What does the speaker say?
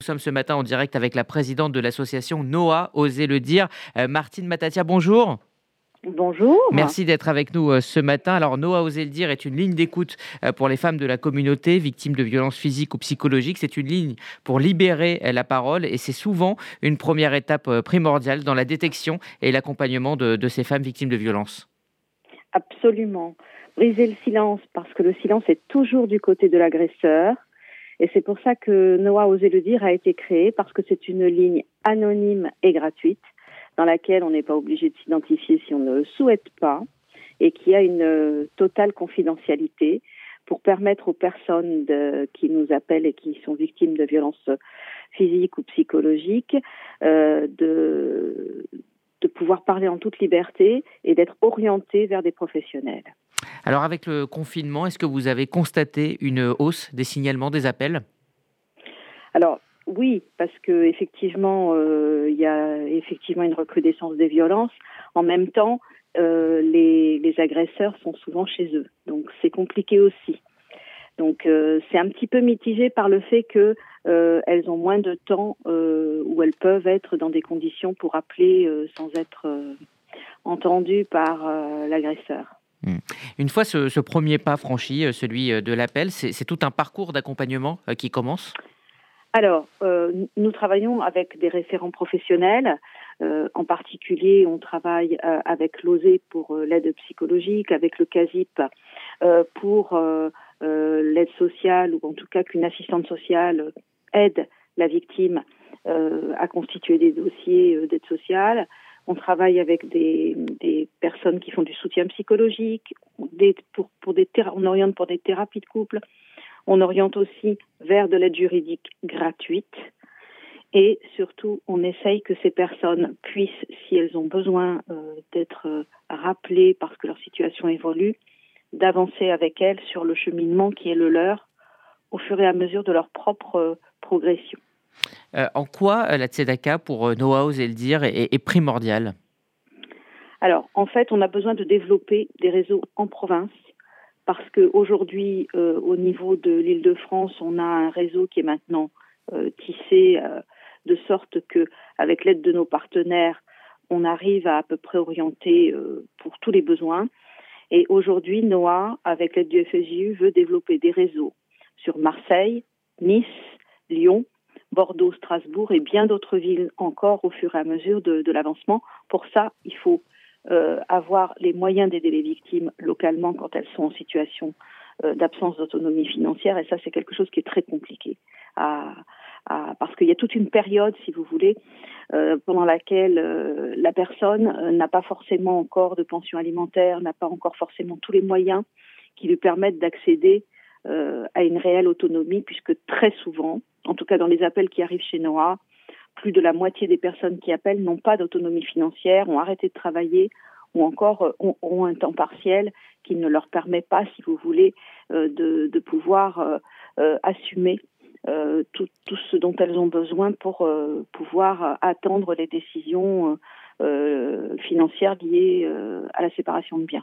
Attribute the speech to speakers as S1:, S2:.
S1: sommes ce matin en direct avec la présidente de l'association Noah, Osez le dire, Martine Matatia. Bonjour.
S2: Bonjour.
S1: Merci d'être avec nous ce matin. Alors, Noah, Osez le dire est une ligne d'écoute pour les femmes de la communauté victimes de violences physiques ou psychologiques. C'est une ligne pour libérer la parole et c'est souvent une première étape primordiale dans la détection et l'accompagnement de ces femmes victimes de violences.
S2: Absolument. Briser le silence, parce que le silence est toujours du côté de l'agresseur. Et c'est pour ça que Noah, Osez le dire a été créé, parce que c'est une ligne anonyme et gratuite, dans laquelle on n'est pas obligé de s'identifier si on ne le souhaite pas, et qui a une totale confidentialité pour permettre aux personnes qui nous appellent et qui sont victimes de violences physiques ou psychologiques de pouvoir parler en toute liberté et d'être orientées vers des professionnels.
S1: Alors avec le confinement, est-ce que vous avez constaté une hausse des signalements, des appels ?
S2: Alors oui, parce que effectivement, il y a effectivement une recrudescence des violences. En même temps, les agresseurs sont souvent chez eux, donc c'est compliqué aussi. Donc c'est un petit peu mitigé par le fait que elles ont moins de temps où elles peuvent être dans des conditions pour appeler sans être entendues par l'agresseur.
S1: Une fois ce premier pas franchi, celui de l'appel, c'est tout un parcours d'accompagnement qui commence ?
S2: Alors, nous travaillons avec des référents professionnels. En particulier, on travaille avec l'OSE pour l'aide psychologique, avec le CASIP pour l'aide sociale, ou en tout cas qu'une assistante sociale aide la victime à constituer des dossiers d'aide sociale. On travaille avec des personnes qui font du soutien psychologique, on oriente pour des thérapies de couple. On oriente aussi vers de l'aide juridique gratuite et surtout, on essaye que ces personnes puissent, si elles ont besoin d'être rappelées parce que leur situation évolue, d'avancer avec elles sur le cheminement qui est le leur au fur et à mesure de leur propre progression.
S1: En quoi la Tzedaka, pour Noah, Osez le dire, est primordiale ?
S2: Alors, en fait, on a besoin de développer des réseaux en province. Parce qu'aujourd'hui, au niveau de l'Île-de-France, on a un réseau qui est maintenant tissé de sorte qu'avec l'aide de nos partenaires, on arrive à peu près orienter pour tous les besoins. Et aujourd'hui, Noah, avec l'aide du FSJU, veut développer des réseaux sur Marseille, Nice, Lyon, Bordeaux, Strasbourg et bien d'autres villes encore au fur et à mesure de l'avancement. Pour ça, il faut avoir les moyens d'aider les victimes localement quand elles sont en situation d'absence d'autonomie financière. Et ça, c'est quelque chose qui est très compliqué. Parce qu'il y a toute une période, si vous voulez, pendant laquelle la personne n'a pas forcément encore de pension alimentaire, n'a pas encore forcément tous les moyens qui lui permettent d'accéder à une réelle autonomie, puisque très souvent, en tout cas dans les appels qui arrivent chez Noah, plus de la moitié des personnes qui appellent n'ont pas d'autonomie financière, ont arrêté de travailler ou encore ont un temps partiel qui ne leur permet pas, si vous voulez, de pouvoir assumer tout ce dont elles ont besoin pour pouvoir attendre les décisions financières liées à la séparation de biens.